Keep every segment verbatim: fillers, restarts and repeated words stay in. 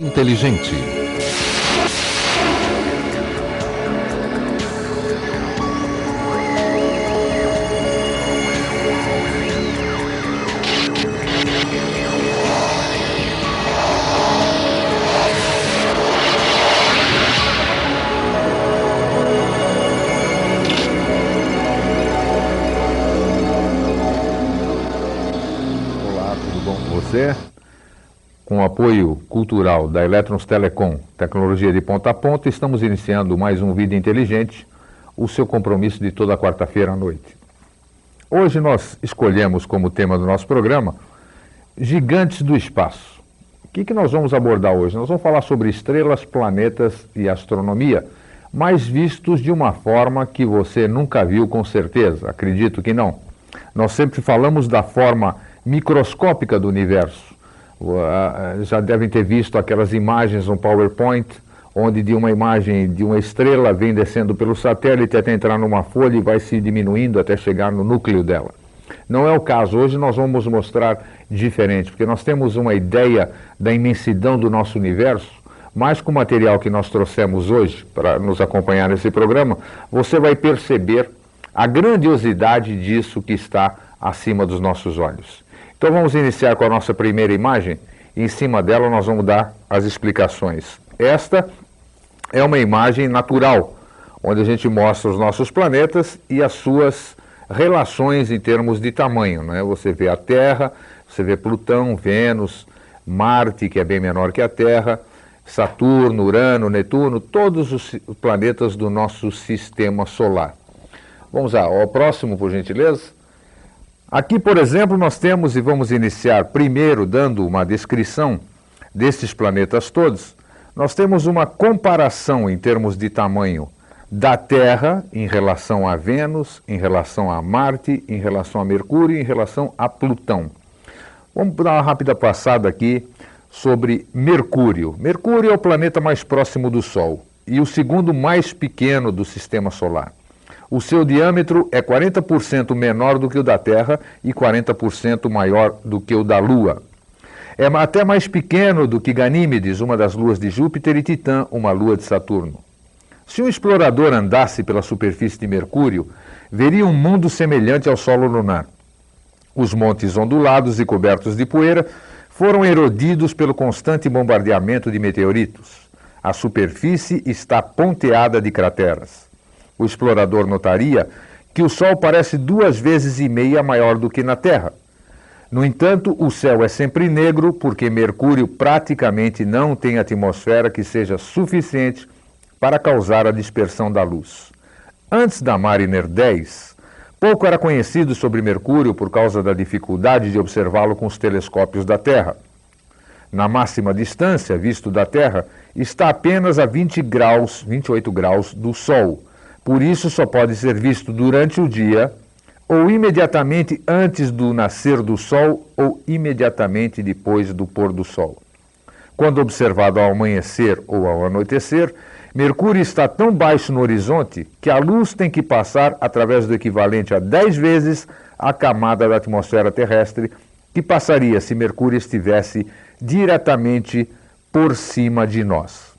Inteligente. Olá, tudo bom com você? Com o apoio cultural da Eletrons Telecom, tecnologia de ponta a ponta, estamos iniciando mais um Vida Inteligente, o seu compromisso de toda quarta-feira à noite. Hoje nós escolhemos como tema do nosso programa Gigantes do Espaço. O que, que nós vamos abordar hoje? Nós vamos falar sobre estrelas, planetas e astronomia, mas vistos de uma forma que você nunca viu com certeza, acredito que não. Nós sempre falamos da forma microscópica do universo. Já devem ter visto aquelas imagens no PowerPoint, onde de uma imagem de uma estrela vem descendo pelo satélite até entrar numa folha e vai se diminuindo até chegar no núcleo dela. Não é o caso. Hoje nós vamos mostrar diferente, porque nós temos uma ideia da imensidão do nosso universo, mas com o material que nós trouxemos hoje para nos acompanhar nesse programa, você vai perceber a grandiosidade disso que está acima dos nossos olhos. Então vamos iniciar com a nossa primeira imagem, e em cima dela nós vamos dar as explicações. Esta é uma imagem natural, onde a gente mostra os nossos planetas e as suas relações em termos de tamanho, né? Você vê a Terra, você vê Plutão, Vênus, Marte, que é bem menor que a Terra, Saturno, Urano, Netuno, todos os planetas do nosso sistema solar. Vamos lá, ao próximo, por gentileza. Aqui, por exemplo, nós temos, e vamos iniciar primeiro dando uma descrição desses planetas todos, nós temos uma comparação em termos de tamanho da Terra em relação a Vênus, em relação a Marte, em relação a Mercúrio e em relação a Plutão. Vamos dar uma rápida passada aqui sobre Mercúrio. Mercúrio é o planeta mais próximo do Sol e o segundo mais pequeno do sistema solar. O seu diâmetro é quarenta por cento menor do que o da Terra e quarenta por cento maior do que o da Lua. É até mais pequeno do que Ganímedes, uma das luas de Júpiter, e Titã, uma lua de Saturno. Se um explorador andasse pela superfície de Mercúrio, veria um mundo semelhante ao solo lunar. Os montes ondulados e cobertos de poeira foram erodidos pelo constante bombardeamento de meteoritos. A superfície está ponteada de crateras. O explorador notaria que o Sol parece duas vezes e meia maior do que na Terra. No entanto, o céu é sempre negro porque Mercúrio praticamente não tem atmosfera que seja suficiente para causar a dispersão da luz. Antes da Mariner dez, pouco era conhecido sobre Mercúrio por causa da dificuldade de observá-lo com os telescópios da Terra. Na máxima distância, visto da Terra, está apenas a vinte graus, vinte e oito graus do Sol. Por isso só pode ser visto durante o dia, ou imediatamente antes do nascer do Sol, ou imediatamente depois do pôr do Sol. Quando observado ao amanhecer ou ao anoitecer, Mercúrio está tão baixo no horizonte que a luz tem que passar através do equivalente a dez vezes a camada da atmosfera terrestre, que passaria se Mercúrio estivesse diretamente por cima de nós.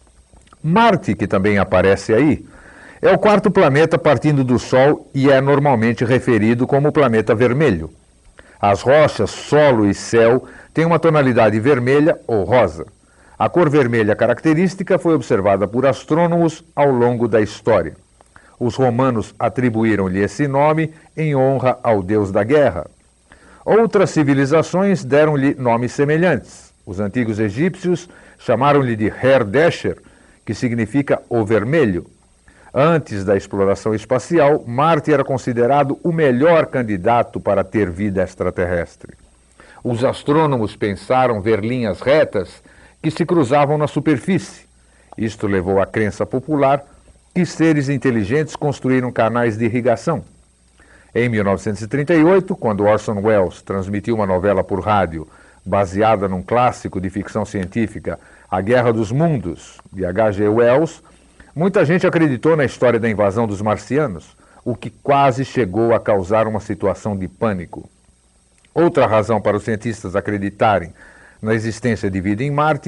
Marte, que também aparece aí, é o quarto planeta partindo do Sol e é normalmente referido como o planeta vermelho. As rochas, solo e céu têm uma tonalidade vermelha ou rosa. A cor vermelha característica foi observada por astrônomos ao longo da história. Os romanos atribuíram-lhe esse nome em honra ao deus da guerra. Outras civilizações deram-lhe nomes semelhantes. Os antigos egípcios chamaram-lhe de Her-Desher, que significa o vermelho. Antes da exploração espacial, Marte era considerado o melhor candidato para ter vida extraterrestre. Os astrônomos pensaram ver linhas retas que se cruzavam na superfície. Isto levou à crença popular que seres inteligentes construíram canais de irrigação. Em mil novecentos e trinta e oito, quando Orson Welles transmitiu uma novela por rádio baseada num clássico de ficção científica, A Guerra dos Mundos, de H G Wells, muita gente acreditou na história da invasão dos marcianos, o que quase chegou a causar uma situação de pânico. Outra razão para os cientistas acreditarem na existência de vida em Marte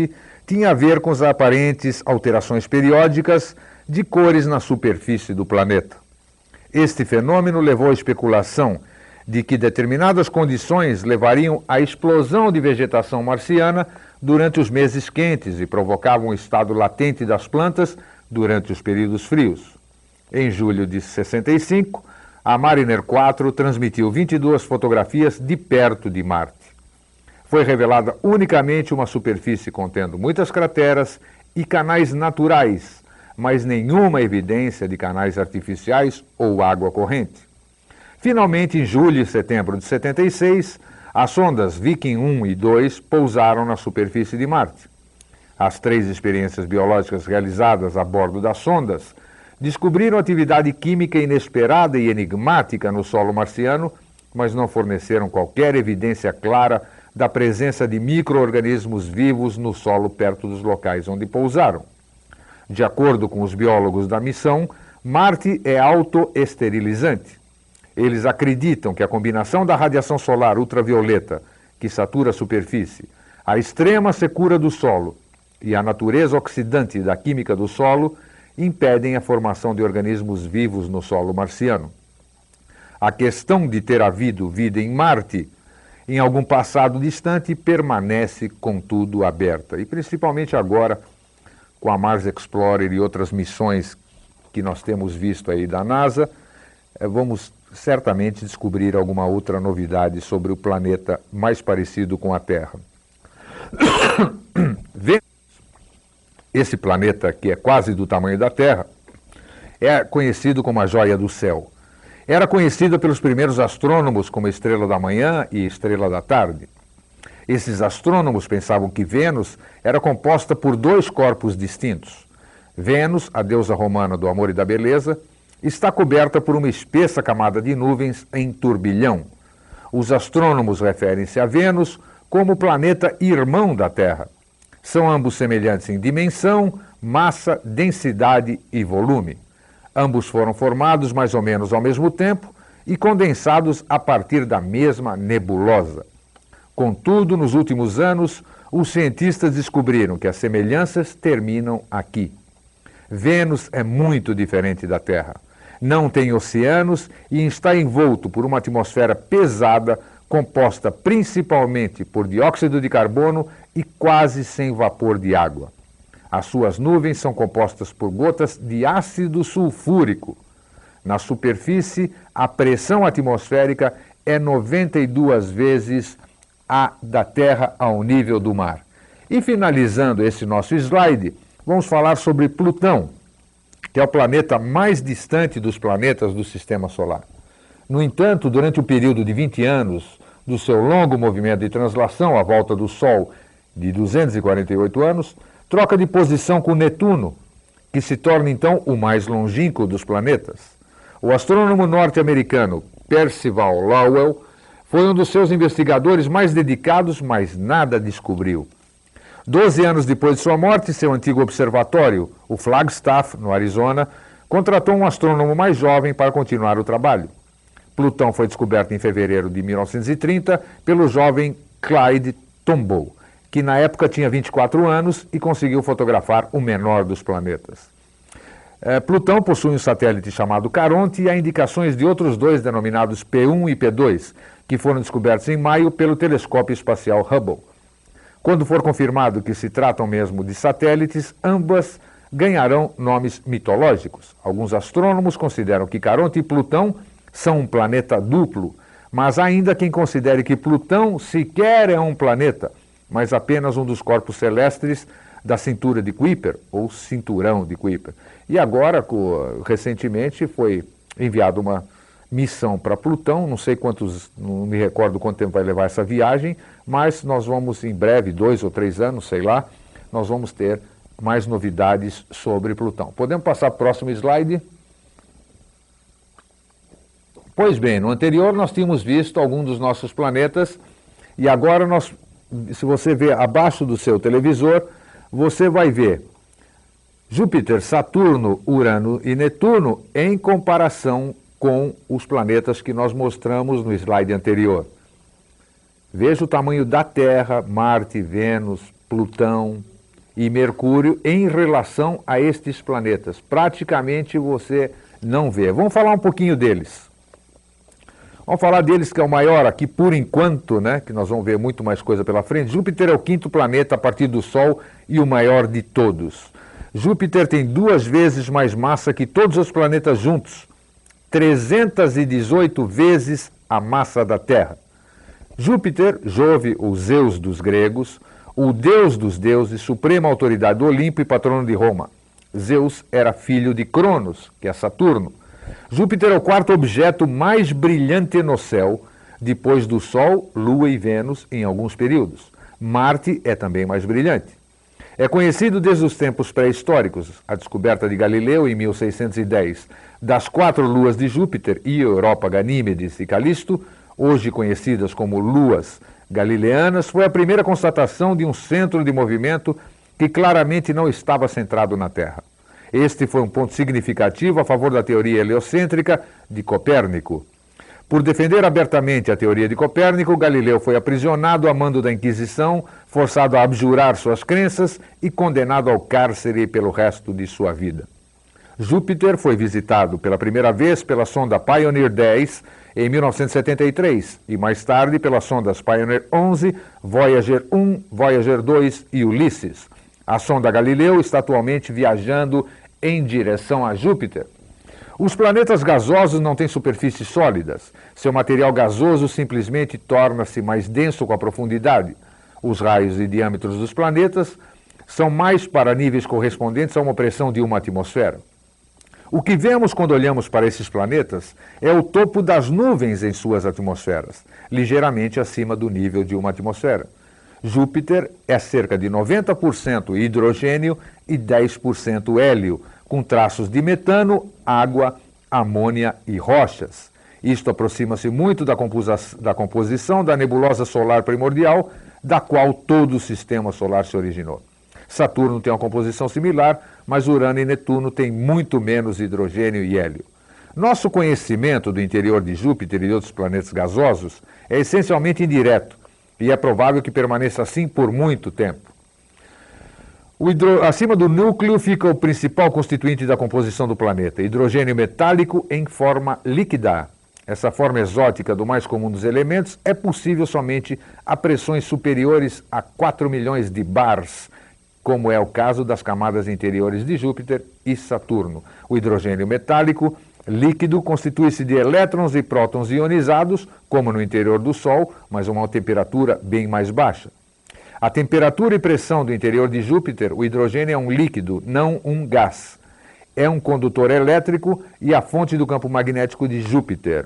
tinha a ver com as aparentes alterações periódicas de cores na superfície do planeta. Este fenômeno levou à especulação de que determinadas condições levariam à explosão de vegetação marciana durante os meses quentes e provocavam um estado latente das plantas durante os períodos frios. Em julho de sessenta e cinco, a Mariner quatro transmitiu vinte e duas fotografias de perto de Marte. Foi revelada unicamente uma superfície contendo muitas crateras e canais naturais, mas nenhuma evidência de canais artificiais ou água corrente. Finalmente, em julho e setembro de setenta e seis, as sondas Viking um e dois pousaram na superfície de Marte. As três experiências biológicas realizadas a bordo das sondas descobriram atividade química inesperada e enigmática no solo marciano, mas não forneceram qualquer evidência clara da presença de micro-organismos vivos no solo perto dos locais onde pousaram. De acordo com os biólogos da missão, Marte é autoesterilizante. Eles acreditam que a combinação da radiação solar ultravioleta, que satura a superfície, a extrema secura do solo e a natureza oxidante da química do solo impedem a formação de organismos vivos no solo marciano. A questão de ter havido vida em Marte, em algum passado distante, permanece, contudo, aberta. E principalmente agora, com a Mars Explorer e outras missões que nós temos visto aí da NASA, vamos certamente descobrir alguma outra novidade sobre o planeta mais parecido com a Terra. Vênus, esse planeta que é quase do tamanho da Terra, é conhecido como a joia do céu. Era conhecida pelos primeiros astrônomos como estrela da manhã e estrela da tarde. Esses astrônomos pensavam que Vênus era composta por dois corpos distintos. Vênus, a deusa romana do amor e da beleza, está coberta por uma espessa camada de nuvens em turbilhão. Os astrônomos referem-se a Vênus como o planeta irmão da Terra. São ambos semelhantes em dimensão, massa, densidade e volume. Ambos foram formados mais ou menos ao mesmo tempo e condensados a partir da mesma nebulosa. Contudo, nos últimos anos, os cientistas descobriram que as semelhanças terminam aqui. Vênus é muito diferente da Terra. Não tem oceanos e está envolto por uma atmosfera pesada, composta principalmente por dióxido de carbono e quase sem vapor de água. As suas nuvens são compostas por gotas de ácido sulfúrico. Na superfície, a pressão atmosférica é noventa e duas vezes a da Terra ao nível do mar. E finalizando esse nosso slide, vamos falar sobre Plutão, que é o planeta mais distante dos planetas do Sistema Solar. No entanto, durante o período de vinte anos do seu longo movimento de translação à volta do Sol, de duzentos e quarenta e oito anos, troca de posição com Netuno, que se torna então o mais longínquo dos planetas. O astrônomo norte-americano Percival Lowell foi um dos seus investigadores mais dedicados, mas nada descobriu. Doze anos depois de sua morte, seu antigo observatório, o Flagstaff, no Arizona, contratou um astrônomo mais jovem para continuar o trabalho. Plutão foi descoberto em fevereiro de mil novecentos e trinta pelo jovem Clyde Tombaugh, que na época tinha vinte e quatro anos e conseguiu fotografar o menor dos planetas. É, Plutão possui um satélite chamado Caronte e há indicações de outros dois denominados P um e P dois, que foram descobertos em maio pelo telescópio espacial Hubble. Quando for confirmado que se tratam mesmo de satélites, ambas ganharão nomes mitológicos. Alguns astrônomos consideram que Caronte e Plutão são um planeta duplo, mas há ainda quem considere que Plutão sequer é um planeta, mas apenas um dos corpos celestes da cintura de Kuiper, ou cinturão de Kuiper. E agora, recentemente, foi enviada uma missão para Plutão, não sei quantos, não me recordo quanto tempo vai levar essa viagem, mas nós vamos em breve, dois ou três anos, sei lá, nós vamos ter mais novidades sobre Plutão. Podemos passar para o próximo slide? Pois bem, no anterior nós tínhamos visto alguns dos nossos planetas e agora nós, se você ver abaixo do seu televisor, você vai ver Júpiter, Saturno, Urano e Netuno em comparação com os planetas que nós mostramos no slide anterior. Veja o tamanho da Terra, Marte, Vênus, Plutão e Mercúrio em relação a estes planetas. Praticamente você não vê. Vamos falar um pouquinho deles. Vamos falar deles, que é o maior aqui por enquanto, né? Que nós vamos ver muito mais coisa pela frente. Júpiter é o quinto planeta a partir do Sol e o maior de todos. Júpiter tem duas vezes mais massa que todos os planetas juntos, trezentas e dezoito vezes a massa da Terra. Júpiter, Jove, o Zeus dos gregos, o deus dos deuses, suprema autoridade do Olimpo e patrono de Roma. Zeus era filho de Cronos, que é Saturno. Júpiter é o quarto objeto mais brilhante no céu, depois do Sol, Lua e Vênus em alguns períodos. Marte é também mais brilhante. É conhecido desde os tempos pré-históricos, a descoberta de Galileu em mil seiscentos e dez, das quatro luas de Júpiter, Io, Europa, Ganímedes e Calisto, hoje conhecidas como luas galileanas, foi a primeira constatação de um centro de movimento que claramente não estava centrado na Terra. Este foi um ponto significativo a favor da teoria heliocêntrica de Copérnico. Por defender abertamente a teoria de Copérnico, Galileu foi aprisionado a mando da Inquisição, forçado a abjurar suas crenças e condenado ao cárcere pelo resto de sua vida. Júpiter foi visitado pela primeira vez pela sonda Pioneer dez em mil novecentos e setenta e três e mais tarde pelas sondas Pioneer onze, Voyager um, Voyager dois e Ulisses. A sonda Galileu está atualmente viajando em direção a Júpiter. Os planetas gasosos não têm superfícies sólidas. Seu material gasoso simplesmente torna-se mais denso com a profundidade. Os raios e diâmetros dos planetas são mais para níveis correspondentes a uma pressão de uma atmosfera. O que vemos quando olhamos para esses planetas é o topo das nuvens em suas atmosferas, ligeiramente acima do nível de uma atmosfera. Júpiter é cerca de noventa por cento hidrogênio e dez por cento hélio, com traços de metano, água, amônia e rochas. Isto aproxima-se muito da, da composição da nebulosa solar primordial, da qual todo o sistema solar se originou. Saturno tem uma composição similar, mas Urano e Netuno têm muito menos hidrogênio e hélio. Nosso conhecimento do interior de Júpiter e de outros planetas gasosos é essencialmente indireto, e é provável que permaneça assim por muito tempo. O hidro... Acima do núcleo fica o principal constituinte da composição do planeta, hidrogênio metálico em forma líquida. Essa forma exótica do mais comum dos elementos é possível somente a pressões superiores a quatro milhões de bars, como é o caso das camadas interiores de Júpiter e Saturno. O hidrogênio metálico líquido constitui-se de elétrons e prótons ionizados, como no interior do Sol, mas a uma temperatura bem mais baixa. A temperatura e pressão do interior de Júpiter, o hidrogênio é um líquido, não um gás. É um condutor elétrico e a fonte do campo magnético de Júpiter.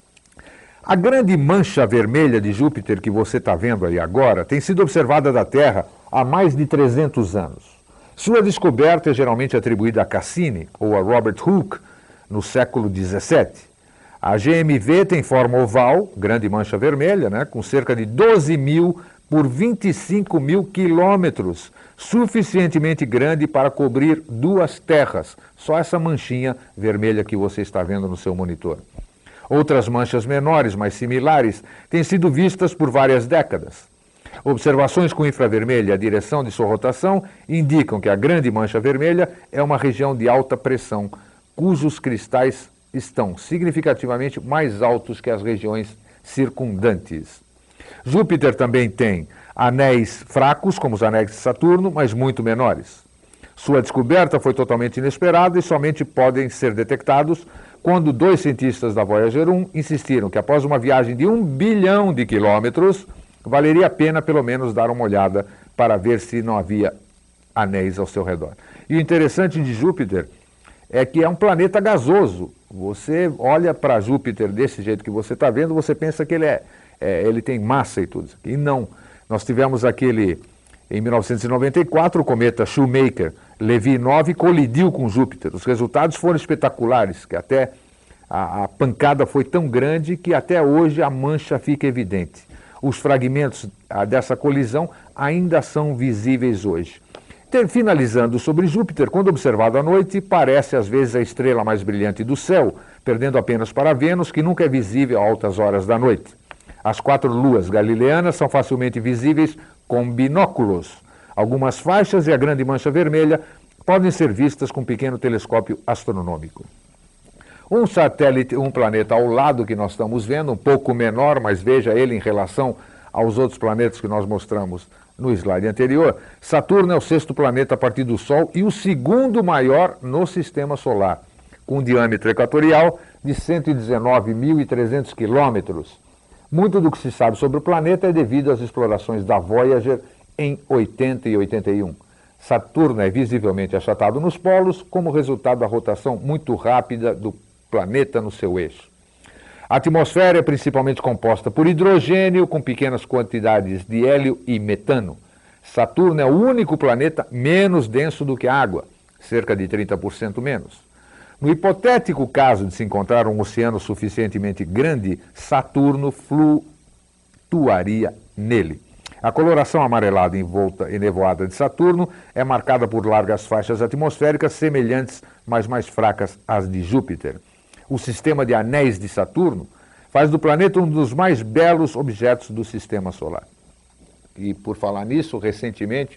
A grande mancha vermelha de Júpiter que você está vendo aí agora tem sido observada da Terra há mais de trezentos anos. Sua descoberta é geralmente atribuída a Cassini ou a Robert Hooke no século dezessete. A G M V tem forma oval, grande mancha vermelha, né, com cerca de doze mil por vinte e cinco mil quilômetros, suficientemente grande para cobrir duas terras, só essa manchinha vermelha que você está vendo no seu monitor. Outras manchas menores, mas similares, têm sido vistas por várias décadas. Observações com infravermelho e a direção de sua rotação indicam que a grande mancha vermelha é uma região de alta pressão, cujos cristais estão significativamente mais altos que as regiões circundantes. Júpiter também tem anéis fracos, como os anéis de Saturno, mas muito menores. Sua descoberta foi totalmente inesperada e somente podem ser detectados quando dois cientistas da Voyager um insistiram que após uma viagem de um bilhão de quilômetros, valeria a pena pelo menos dar uma olhada para ver se não havia anéis ao seu redor. E o interessante de Júpiter é que é um planeta gasoso. Você olha para Júpiter desse jeito que você está vendo, você pensa que ele, é, é, ele tem massa e tudo. E não. Nós tivemos aquele, em mil novecentos e noventa e quatro, o cometa Shoemaker-Levy nove colidiu com Júpiter. Os resultados foram espetaculares, que até a, a pancada foi tão grande que até hoje a mancha fica evidente. Os fragmentos a, dessa colisão ainda são visíveis hoje. Ter, finalizando sobre Júpiter, quando observado à noite, parece às vezes a estrela mais brilhante do céu, perdendo apenas para Vênus, que nunca é visível a altas horas da noite. As quatro luas galileanas são facilmente visíveis com binóculos. Algumas faixas e a grande mancha vermelha podem ser vistas com um pequeno telescópio astronômico. Um satélite, um planeta ao lado que nós estamos vendo, um pouco menor, mas veja ele em relação aos outros planetas que nós mostramos no slide anterior. Saturno é o sexto planeta a partir do Sol e o segundo maior no Sistema Solar, com um diâmetro equatorial de cento e dezenove mil e trezentos quilômetros. Muito do que se sabe sobre o planeta é devido às explorações da Voyager em oitenta e oitenta e um. Saturno é visivelmente achatado nos polos como resultado da rotação muito rápida do planeta no seu eixo. A atmosfera é principalmente composta por hidrogênio com pequenas quantidades de hélio e metano. Saturno é o único planeta menos denso do que a água, cerca de trinta por cento menos. No hipotético caso de se encontrar um oceano suficientemente grande, Saturno flutuaria nele. A coloração amarelada em volta e nevoada de Saturno é marcada por largas faixas atmosféricas semelhantes, mas mais fracas às de Júpiter. O sistema de anéis de Saturno faz do planeta um dos mais belos objetos do Sistema Solar. E por falar nisso, recentemente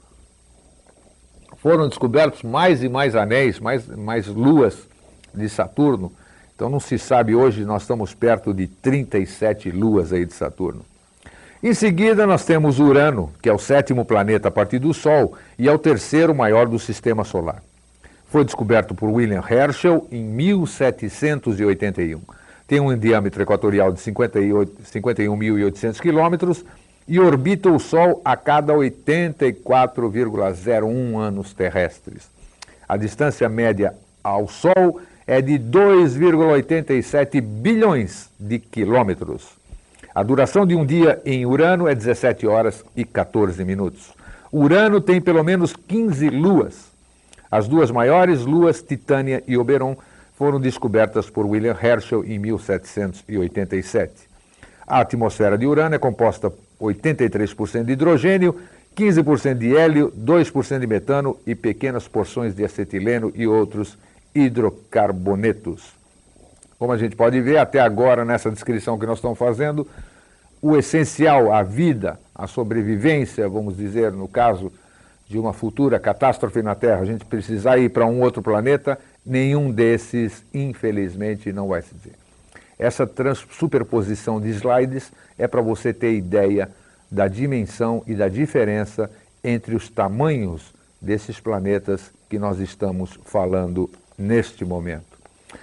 foram descobertos mais e mais anéis, mais, mais luas de Saturno. Então não se sabe hoje, nós estamos perto de trinta e sete luas aí de Saturno. Em seguida nós temos Urano, que é o sétimo planeta a partir do Sol e é o terceiro maior do Sistema Solar. Foi descoberto por William Herschel em mil setecentos e oitenta e um. Tem um diâmetro equatorial de cinquenta e um mil e oitocentos quilômetros e orbita o Sol a cada oitenta e quatro vírgula zero um anos terrestres. A distância média ao Sol é de dois vírgula oitenta e sete bilhões de quilômetros. A duração de um dia em Urano é dezessete horas e quatorze minutos. Urano tem pelo menos quinze luas. As duas maiores luas, Titânia e Oberon, foram descobertas por William Herschel em mil setecentos e oitenta e sete. A atmosfera de Urano é composta por oitenta e três por cento de hidrogênio, quinze por cento de hélio, dois por cento de metano e pequenas porções de acetileno e outros hidrocarbonetos. Como a gente pode ver, até agora, nessa descrição que nós estamos fazendo, o essencial, a vida, a sobrevivência, vamos dizer, no caso de uma futura catástrofe na Terra, a gente precisar ir para um outro planeta, nenhum desses, infelizmente, não vai se dizer. Essa trans superposição de slides é para você ter ideia da dimensão e da diferença entre os tamanhos desses planetas que nós estamos falando neste momento.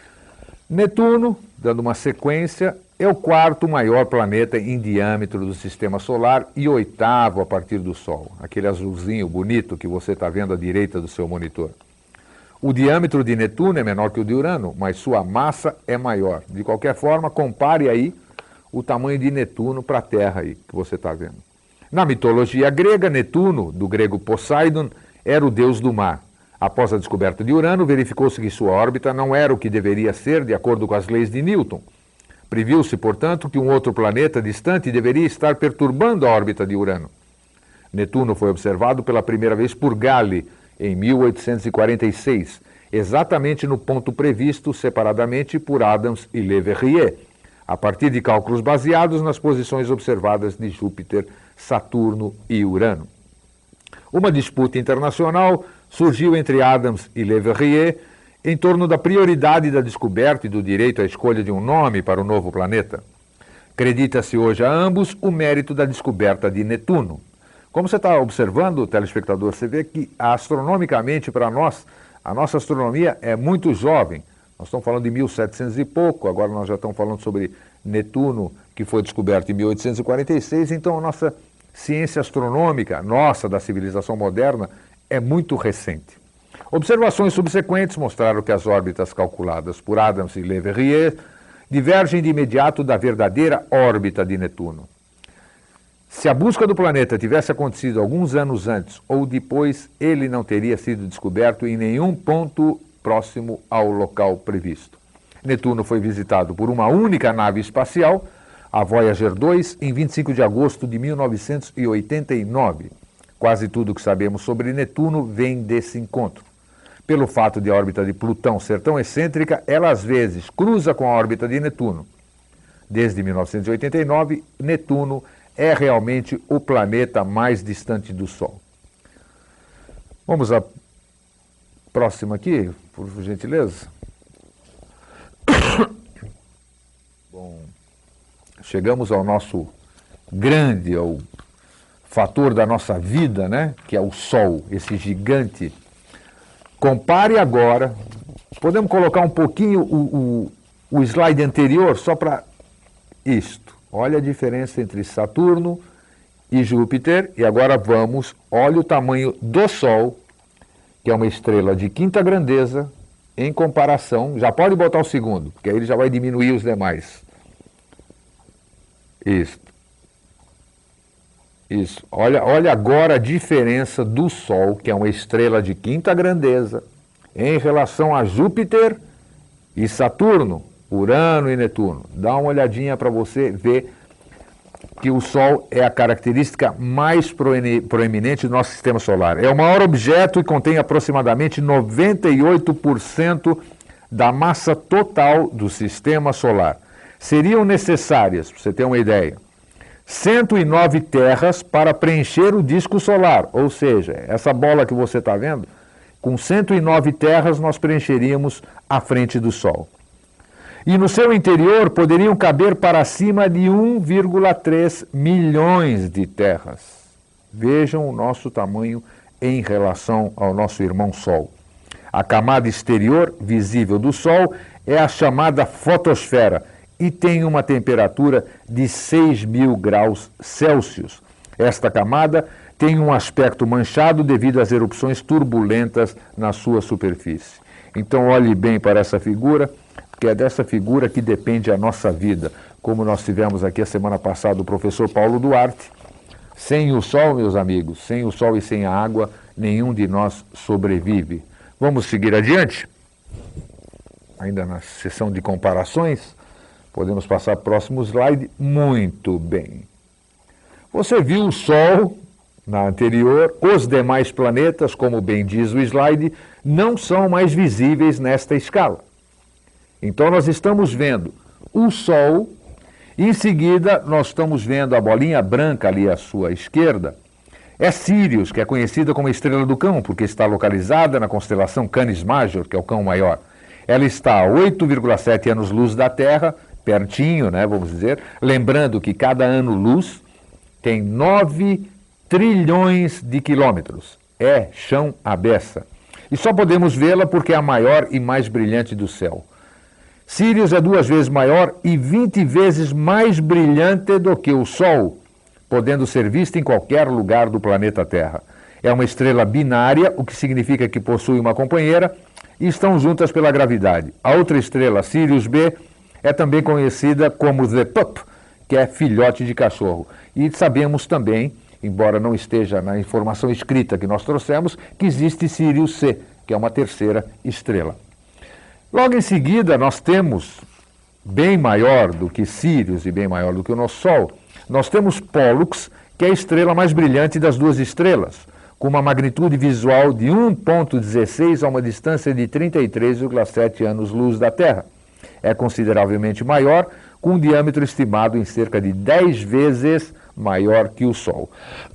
Netuno, dando uma sequência, é o quarto maior planeta em diâmetro do Sistema Solar e oitavo a partir do Sol, aquele azulzinho bonito que você está vendo à direita do seu monitor. O diâmetro de Netuno é menor que o de Urano, mas sua massa é maior. De qualquer forma, compare aí o tamanho de Netuno para a Terra aí, que você está vendo. Na mitologia grega, Netuno, do grego Poseidon, era o deus do mar. Após a descoberta de Urano, verificou-se que sua órbita não era o que deveria ser, de acordo com as leis de Newton. Previu-se, portanto, que um outro planeta distante deveria estar perturbando a órbita de Urano. Netuno foi observado pela primeira vez por Gale, em mil oitocentos e quarenta e seis, exatamente no ponto previsto separadamente por Adams e Le Verrier, a partir de cálculos baseados nas posições observadas de Júpiter, Saturno e Urano. Uma disputa internacional surgiu entre Adams e Le Verrier em torno da prioridade da descoberta e do direito à escolha de um nome para o novo planeta. Acredita-se hoje a ambos o mérito da descoberta de Netuno. Como você está observando, telespectador, você vê que astronomicamente para nós, a nossa astronomia é muito jovem. Nós estamos falando de mil e setecentos e pouco, agora nós já estamos falando sobre Netuno, que foi descoberto em mil oitocentos e quarenta e seis, então a nossa ciência astronômica, nossa, da civilização moderna, é muito recente. Observações subsequentes mostraram que as órbitas calculadas por Adams e Le Verrier divergem de imediato da verdadeira órbita de Netuno. Se a busca do planeta tivesse acontecido alguns anos antes ou depois, ele não teria sido descoberto em nenhum ponto próximo ao local previsto. Netuno foi visitado por uma única nave espacial, a Voyager dois, em vinte e cinco de agosto de mil novecentos e oitenta e nove. Quase tudo o que sabemos sobre Netuno vem desse encontro. Pelo fato de a órbita de Plutão ser tão excêntrica, ela às vezes cruza com a órbita de Netuno. Desde mil novecentos e oitenta e nove, Netuno é realmente o planeta mais distante do Sol. Vamos à próxima aqui, por gentileza. Bom, chegamos ao nosso grande, ao fator da nossa vida, né? Que é o Sol, esse gigante. Compare agora, podemos colocar um pouquinho o, o, o slide anterior, só para isto. Olha a diferença entre Saturno e Júpiter, e agora vamos, olha o tamanho do Sol, que é uma estrela de quinta grandeza, em comparação, já pode botar o segundo, porque aí ele já vai diminuir os demais. Isso. Isso. Olha, olha agora a diferença do Sol, que é uma estrela de quinta grandeza, em relação a Júpiter e Saturno, Urano e Netuno. Dá uma olhadinha para você ver que o Sol é a característica mais proeminente do nosso sistema solar. É o maior objeto e contém aproximadamente noventa e oito por cento da massa total do sistema solar. Seriam necessárias, para você ter uma ideia, cento e nove terras para preencher o disco solar, ou seja, essa bola que você está vendo, com cento e nove terras nós preencheríamos a frente do Sol. E no seu interior poderiam caber para cima de um vírgula três milhões de terras. Vejam o nosso tamanho em relação ao nosso irmão Sol. A camada exterior visível do Sol é a chamada fotosfera e tem uma temperatura de seis mil graus Celsius. Esta camada tem um aspecto manchado devido às erupções turbulentas na sua superfície. Então olhe bem para essa figura, que é dessa figura que depende a nossa vida. Como nós tivemos aqui a semana passada o professor Paulo Duarte, sem o Sol, meus amigos, sem o Sol e sem a água, nenhum de nós sobrevive. Vamos seguir adiante? Ainda na sessão de comparações, podemos passar para o próximo slide. Muito bem. Você viu o Sol na anterior, os demais planetas, como bem diz o slide, não são mais visíveis nesta escala. Então nós estamos vendo o Sol, em seguida nós estamos vendo a bolinha branca ali à sua esquerda, é Sirius, que é conhecida como a estrela do cão, porque está localizada na constelação Canis Major, que é o cão maior. Ela está a oito vírgula sete anos-luz da Terra, pertinho, né, vamos dizer, lembrando que cada ano-luz tem nove trilhões de quilômetros. É chão à beça. E só podemos vê-la porque é a maior e mais brilhante do céu. Sirius é duas vezes maior e vinte vezes mais brilhante do que o Sol, podendo ser vista em qualquer lugar do planeta Terra. É uma estrela binária, o que significa que possui uma companheira e estão juntas pela gravidade. A outra estrela, Sirius B, é também conhecida como The Pup, que é filhote de cachorro. E sabemos também, embora não esteja na informação escrita que nós trouxemos, que existe Sirius C, que é uma terceira estrela. Logo em seguida, nós temos, bem maior do que Sirius e bem maior do que o nosso Sol, nós temos Pollux, que é a estrela mais brilhante das duas estrelas, com uma magnitude visual de um vírgula dezesseis a uma distância de trinta e três vírgula sete anos-luz da Terra. É consideravelmente maior, com um diâmetro estimado em cerca de dez vezes maior que o Sol.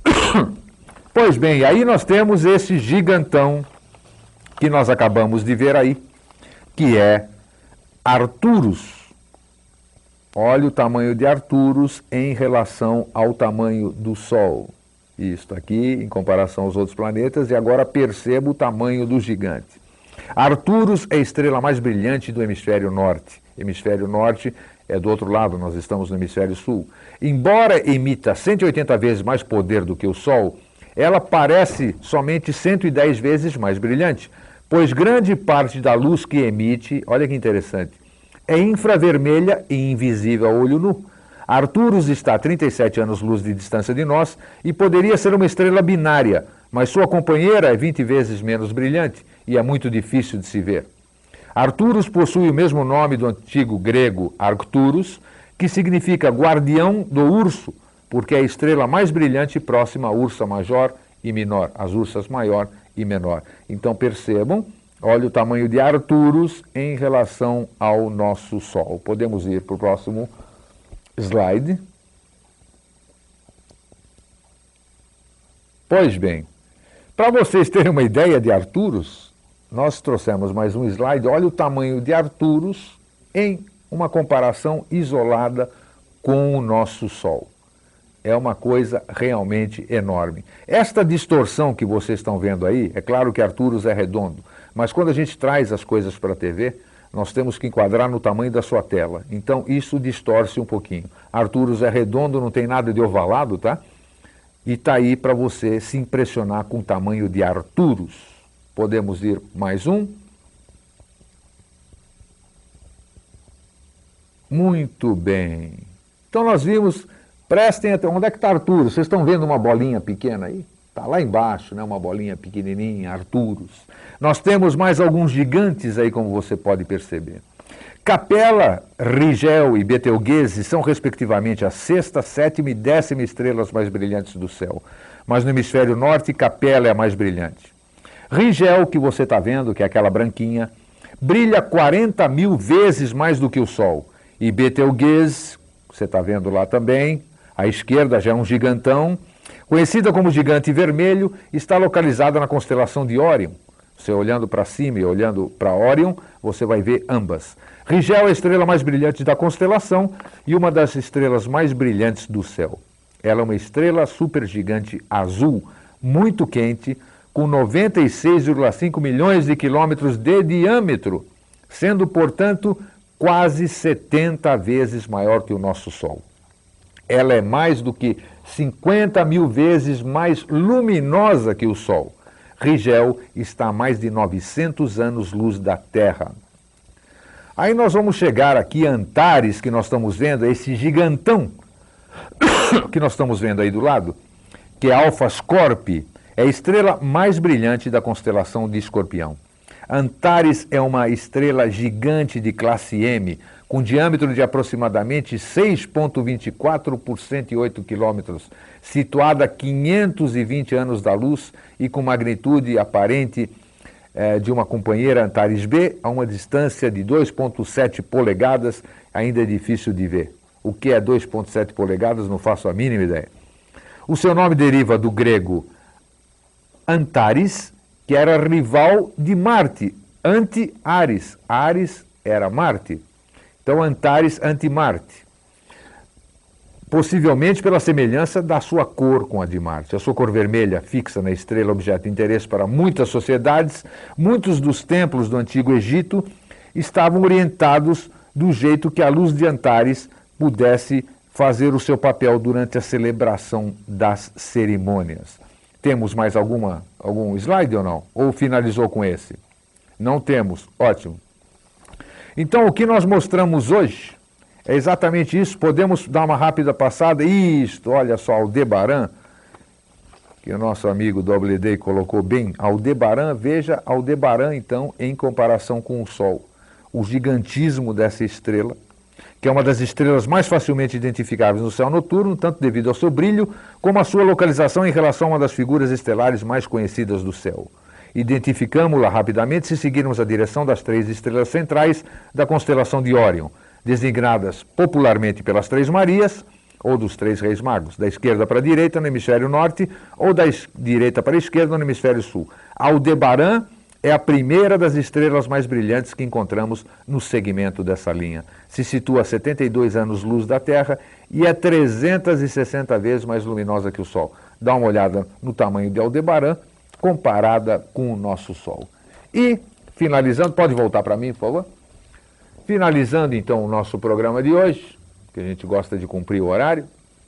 Pois bem, aí nós temos esse gigantão que nós acabamos de ver aí, que é Arcturus. Olha o tamanho de Arcturus em relação ao tamanho do Sol. Isto aqui em comparação aos outros planetas, e agora perceba o tamanho do gigante. Arcturus é a estrela mais brilhante do hemisfério norte. Hemisfério norte é do outro lado, nós estamos no hemisfério sul. Embora emita cento e oitenta vezes mais poder do que o Sol, ela parece somente cento e dez vezes mais brilhante, pois grande parte da luz que emite, olha que interessante, é infravermelha e invisível a olho nu. Arcturus está a trinta e sete anos-luz de distância de nós e poderia ser uma estrela binária, mas sua companheira é vinte vezes menos brilhante e é muito difícil de se ver. Arcturus possui o mesmo nome do antigo grego Arcturus, que significa guardião do urso, porque é a estrela mais brilhante próxima à Ursa Major e Menor, as ursas maior e menor. Então percebam, olha o tamanho de Arcturus em relação ao nosso Sol. Podemos ir para o próximo slide. Pois bem, Para vocês terem uma ideia de Arcturus, nós trouxemos mais um slide. Olha o tamanho de Arcturus em uma comparação isolada com o nosso Sol. É uma coisa realmente enorme. Esta distorção que vocês estão vendo aí, é claro que Arcturus é redondo, mas quando a gente traz as coisas para a T V, nós temos que enquadrar no tamanho da sua tela. Então isso distorce um pouquinho. Arcturus é redondo, não tem nada de ovalado, tá? E está aí para você se impressionar com o tamanho de Arcturus. Podemos ir mais um. Muito bem. Então nós vimos, prestem atenção, onde é que está Arcturus? Vocês estão vendo uma bolinha pequena aí? Está lá embaixo, né? Uma bolinha pequenininha, Arcturus. Nós temos mais alguns gigantes aí, como você pode perceber. Capella, Rigel e Betelgeuse são respectivamente a sexta, sétima e décima estrelas mais brilhantes do céu. Mas no hemisfério norte, Capella é a mais brilhante. Rigel, que você está vendo, que é aquela branquinha, brilha quarenta mil vezes mais do que o Sol. E Betelgeuse, você está vendo lá também, à esquerda já é um gigantão, conhecida como gigante vermelho, está localizada na constelação de Órion. Você olhando para cima e olhando para Órion, você vai ver ambas. Rigel é a estrela mais brilhante da constelação e uma das estrelas mais brilhantes do céu. Ela é uma estrela supergigante azul, muito quente, com noventa e seis vírgula cinco milhões de quilômetros de diâmetro, sendo, portanto, quase setenta vezes maior que o nosso Sol. Ela é mais do que cinquenta mil vezes mais luminosa que o Sol. Rigel está a mais de novecentos anos-luz da Terra. Aí nós vamos chegar aqui a Antares, que nós estamos vendo, esse gigantão que nós estamos vendo aí do lado, que é Alpha Scorpii, é a estrela mais brilhante da constelação de Escorpião. Antares é uma estrela gigante de classe M, com diâmetro de aproximadamente seis vírgula vinte e quatro por cento e oito quilômetros, situada a quinhentos e vinte anos da luz e com magnitude aparente eh, de uma companheira Antares B a uma distância de dois vírgula sete polegadas, ainda é difícil de ver. O que é dois vírgula sete polegadas, não faço a mínima ideia. O seu nome deriva do grego Antares, que era rival de Marte, anti-Ares. Ares era Marte. Então, Antares anti-Marte. Possivelmente pela semelhança da sua cor com a de Marte. A sua cor vermelha fixa na estrela objeto de interesse para muitas sociedades. Muitos dos templos do Antigo Egito estavam orientados do jeito que a luz de Antares pudesse fazer o seu papel durante a celebração das cerimônias. Temos mais alguma, algum slide ou não? Ou finalizou com esse? Não temos. Ótimo. Então, o que nós mostramos hoje é exatamente isso. Podemos dar uma rápida passada. Isto, olha só, Aldebaran, que o nosso amigo W D colocou bem. Aldebaran, veja Aldebaran, então, em comparação com o Sol. O gigantismo dessa estrela, que é uma das estrelas mais facilmente identificáveis no céu noturno, tanto devido ao seu brilho, como a sua localização em relação a uma das figuras estelares mais conhecidas do céu. Identificamos-la rapidamente se seguirmos a direção das três estrelas centrais da constelação de Órion, designadas popularmente pelas Três Marias, ou dos Três Reis Magos, da esquerda para a direita no hemisfério norte, ou da direita para a esquerda no hemisfério sul. Aldebaran é a primeira das estrelas mais brilhantes que encontramos no segmento dessa linha. Se situa a setenta e dois anos-luz da Terra e é trezentas e sessenta vezes mais luminosa que o Sol. Dá uma olhada no tamanho de Aldebaran, comparada com o nosso Sol. E, finalizando, pode voltar para mim, por favor? Finalizando, então, o nosso programa de hoje, que a gente gosta de cumprir o horário,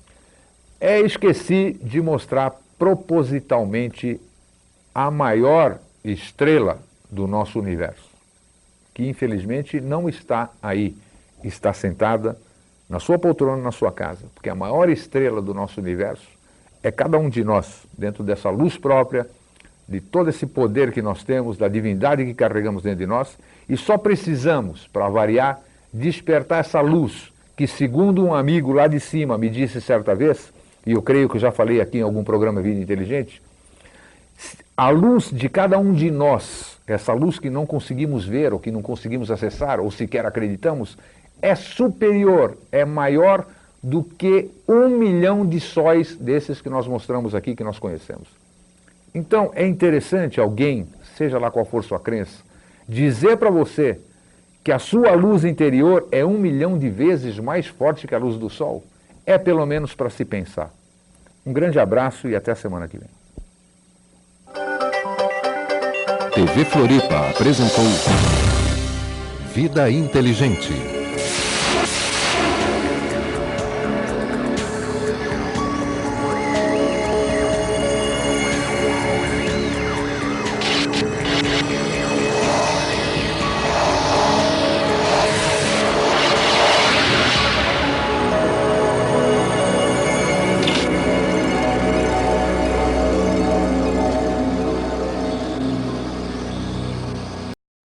é, esqueci de mostrar propositalmente a maior estrela do nosso universo, que infelizmente não está aí, está sentada na sua poltrona, na sua casa, porque a maior estrela do nosso universo é cada um de nós, dentro dessa luz própria, de todo esse poder que nós temos, da divindade que carregamos dentro de nós, e só precisamos, para variar, despertar essa luz, que segundo um amigo lá de cima me disse certa vez, e eu creio que eu já falei aqui em algum programa Vida Inteligente, a luz de cada um de nós, essa luz que não conseguimos ver, ou que não conseguimos acessar, ou sequer acreditamos, é superior, é maior do que um milhão de sóis desses que nós mostramos aqui, que nós conhecemos. Então, é interessante alguém, seja lá qual for sua crença, dizer para você que a sua luz interior é um milhão de vezes mais forte que a luz do sol? É pelo menos para se pensar. Um grande abraço e até a semana que vem. T V Floripa apresentou Vida Inteligente.